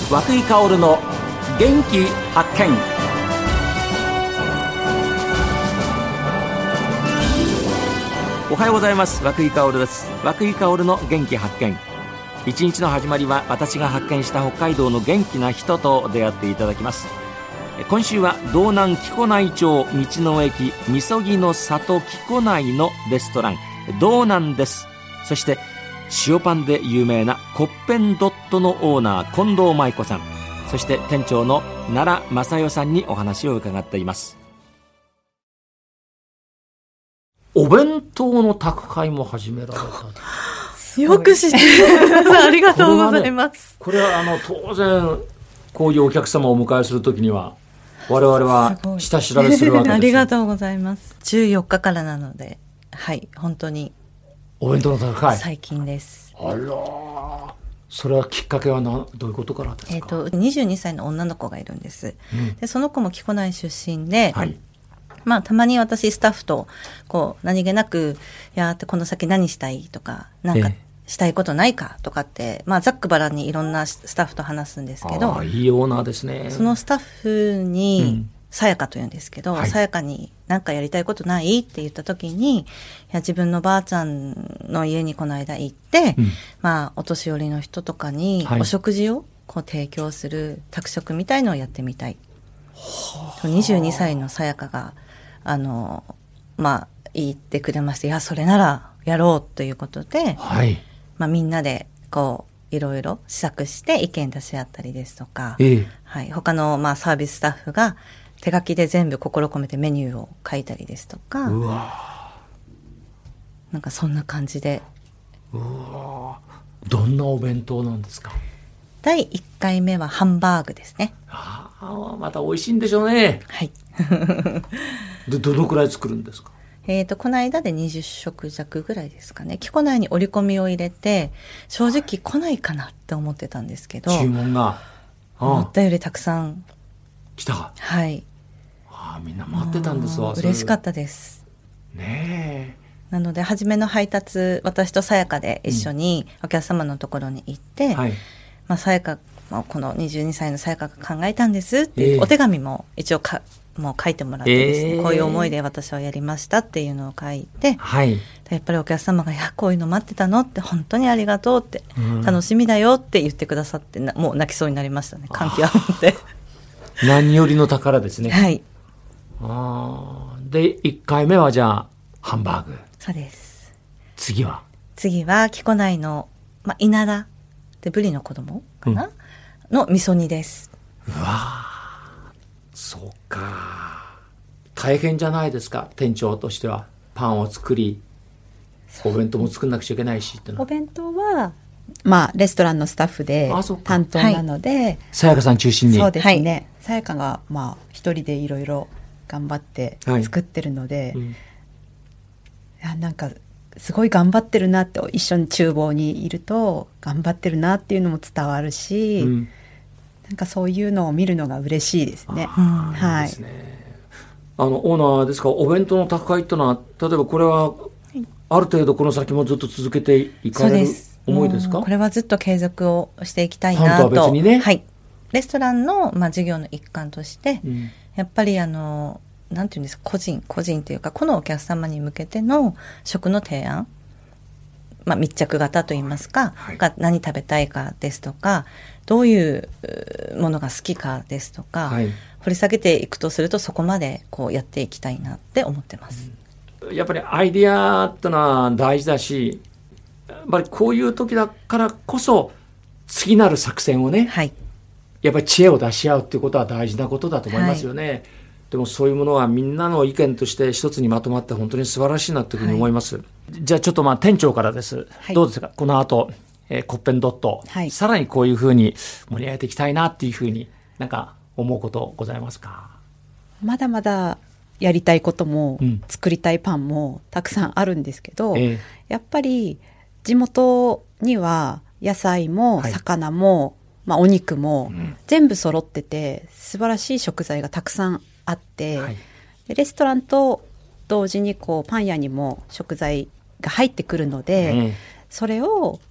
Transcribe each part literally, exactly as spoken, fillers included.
和久井薫の元気発見。おはようございます。和久井薫です。和久井薫の元気発見。一日の始まりは私が発見した北海道の元気な人と出会っていただきます。今週は道南木古内町道の駅みそぎの里木古内のレストラン道南です。そして塩パンで有名なコッペンドットのオーナー近藤舞子さん、そして店長の奈良正代さんにお話を伺っています。お弁当の宅配も始められた。 よく知ってるありがとうございます。 これは、ね、これはあの当然こういうお客様をお迎えするときには我々は下調べするわけです。 ありがとうございます。じゅうよっかからなので、はい本当にお弁当の宅配最近です。 あら、それはきっかけはなどういうことからですか？ えーと、にじゅうにさいの女の子がいるんです、うん、でその子も木古内出身で、はい、まあ、たまに私スタッフとこう何気なくいやーってこの先何したいとかなんかしたいことないかとかって、まあ、ざっくばらんにいろんなスタッフと話すんですけど、 あ、いいオーナーですね。 そのスタッフにさやかというんですけど、さやかに何かやりたいことないって言った時に、いや自分のばあちゃんの家にこの間行って、うん、まあ、お年寄りの人とかにお食事をこう提供する宅食みたいのをやってみたい、はい、にじゅうにさいのさやかがあの、まあ、言ってくれまして、いやそれならやろうということで、はい、まあ、みんなでこういろいろ試作して意見出し合ったりですとか、ええ、はい、他のまあサービススタッフが手書きで全部心込めてメニューを書いたりですとか、うわ、なんかそんな感じで。 うわ、どんなお弁当なんですか？ だいいっかいめはハンバーグですね。 ああ、また美味しいんでしょうね。 はいでどのくらい作るんですか？ えーと、この間でにじゅっしょく弱ぐらいですかね。木古内に折り込みを入れて正直来ないかなって思ってたんですけど、 注文が思ったよりたくさん来た。 はい、 あ、みんな待ってたんですわ。 嬉しかったですねえ。 なので初めの配達、私とさやかで一緒にお客様のところに行って、うん、はい、まあ、さやか、このにじゅうにさいのさやかが考えたんですっていう、えー、お手紙も一応かもう書いてもらってですね、えー、こういう思いで私はやりましたっていうのを書いて、はい、やっぱりお客様がいやこういうの待ってたのって本当にありがとうって、うん、楽しみだよって言ってくださって、もう泣きそうになりましたね。感極まって何よりの宝ですね。 はい。 あ、でいっかいめはじゃあハンバーグ。 そうです。 次は次は木古内の、まあ、稲田でブリの子供かな、うん、の味噌煮です。 うわ、そうか、大変じゃないですか、店長としては。パンを作りお弁当も作んなくちゃいけないしっての。 お弁当はまあレストランのスタッフで担当なので、 さやかさん中心に。 そうですね、さやかがまあ一人でいろいろ頑張って作ってるので、はい、うん、いやなんかすごい頑張ってるなって、一緒に厨房にいると頑張ってるなっていうのも伝わるし、うん、なんかそういうのを見るのが嬉しいですね。はい。いいですね。 あのオーナーですか、お弁当の宅配というのは例えばこれはある程度この先もずっと続けていかれる思いですか？ これはずっと継続をしていきたいなと。 パンとは別にね、 はい、レストランの、まあ、事業の一環として、うん、やっぱりあのなんていうんですか、個人個人というかこのお客様に向けての食の提案、まあ、密着型といいますか、はい、が何食べたいかですとか、どういうものが好きかですとか、はい、掘り下げていくとするとそこまでこうやっていきたいなって思ってます。 うん、やっぱりアイデアってのは大事だし、やっぱりこういう時だからこそ次なる作戦をね、はい、やっぱり知恵を出し合うっていうことは大事なことだと思いますよね。はい、でもそういうものはみんなの意見として一つにまとまって本当に素晴らしいなというふうに思います。はい、じゃあちょっとまあ店長からです。はい、どうですか、この後、えー、コッペンドット、はい、さらにこういうふうに盛り上げていきたいなっていうふうになんか思うことございますか？ まだまだやりたいことも、うん、作りたいパンもたくさんあるんですけど、えー、やっぱり地元には野菜も魚も、はい、まあ、お肉も全部揃ってて素晴らしい食材がたくさんあって、はい、でレストランと同時にこうパン屋にも食材が入ってくるので、うん、それを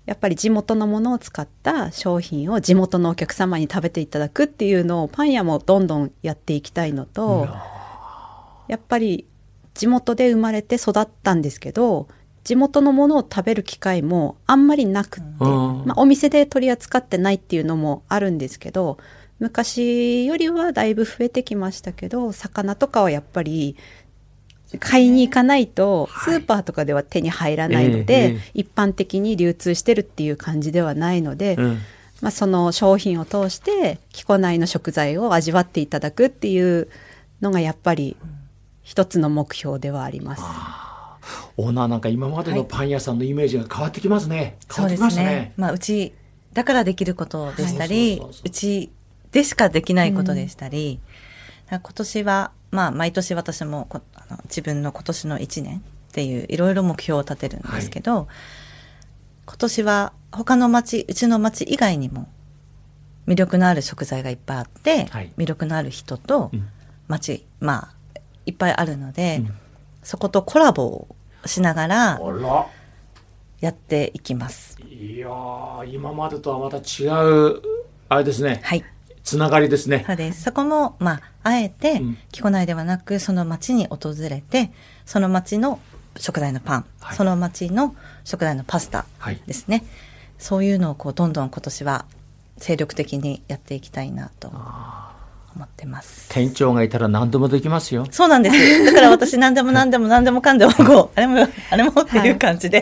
やっぱり地元のものを使った商品を地元のお客様に食べていただくっていうのをパン屋もどんどんやっていきたいのと、やっぱり地元で生まれて育ったんですけど、地元のものを食べる機会もあんまりなくって、まあ、お店で取り扱ってないっていうのもあるんですけど、昔よりはだいぶ増えてきましたけど、魚とかはやっぱり買いに行かないとスーパーとかでは手に入らないので、はいえーえー、一般的に流通してるっていう感じではないので、うんまあ、その商品を通して木古内の食材を味わっていただくっていうのがやっぱり一つの目標ではあります。 あオーナーなんか今までのパン屋さんのイメージが変わってきますね。 はい、変わってきましたね。そうですね。まあ、うちだからできることでしたり、うちでしかできないことでしたり、うん、今年は、まあ、毎年私もこあの自分の今年のいちねんっていういろいろ目標を立てるんですけど、はい、今年は他の町、うちの町以外にも魅力のある食材がいっぱいあって、はい、魅力のある人と町、うん、まあいっぱいあるので、うん、そことコラボをしながらやっていきます。 いやー、今までとはまた違うあれですね。 はい。 つながりですね。 そうです。そこもまああえて木古内ではなく、その町に訪れて、その町の食材のパン、はい、その町の食材のパスタですね。はい、そういうのをこうどんどん今年は精力的にやっていきたいなと思ってます。 店長がいたら何でもできますよ。 そうなんです。だから私何でも何でも何でもかんでもこうあれもあれもっていう感じで。はい、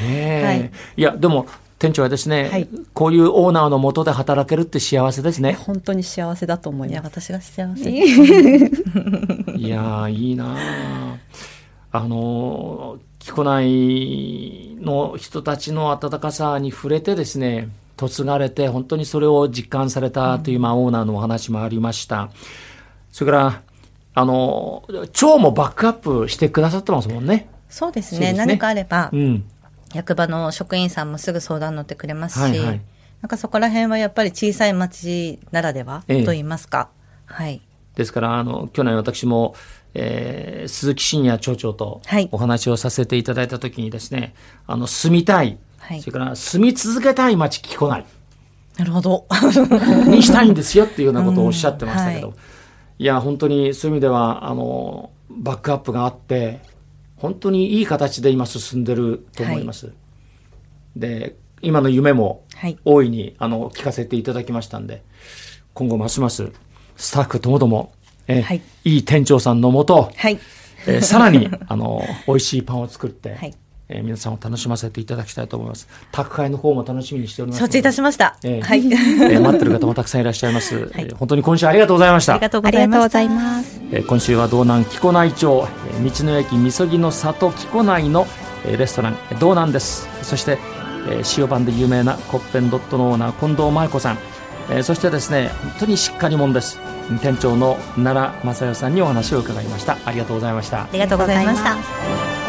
ねはい、いやでも店長はですね、はい、こういうオーナーの下で働けるって幸せですね。 本当に幸せだと思います。いや私が幸せ。 いやいいなあの木古内の人たちの温かさに触れてですね、嫁がれて本当にそれを実感されたという、うん、まあ、オーナーのお話もありました。それからあの町もバックアップしてくださってますもんね。 そうですね。そうですね、何かあれば、うん、役場の職員さんもすぐ相談乗ってくれますし、はいはい、なんかそこら辺はやっぱり小さい町ならではと言いますか、ええ、はい、ですからあの去年私も、えー、鈴木真也町長とお話をさせていただいたときにですね、はい、あの住みたい、はい、それから住み続けたい町木古内なるほどにしたいんですよっていうようなことをおっしゃってましたけど、うんはい、いや本当にそういう意味ではあのバックアップがあって本当にいい形で今進んでると思います、はい、で今の夢も大いに、はい、あの聞かせていただきましたんで、今後ますますスタッフともども、え、はい、いい店長さんのもと、はいえー、さらにあの美味しいパンを作って、はいえー、皆さんを楽しませていただきたいと思います。宅配の方も楽しみにしております。 承知いたしました、 えーはいえー、待ってる方もたくさんいらっしゃいます、はいえー、本当に今週ありがとうございました。 ありがとうございます。 えー、今週は道南木古内町、えー、道の駅みそぎの里木古内の、えー、レストラン道南です。そして、えー、塩パンで有名なコッペンドットのオーナー近藤麻衣子さん、えー、そしてですね本当にしっかり者です、店長の奈良正代さんにお話を伺いました。ありがとうございました。 ありがとうございました。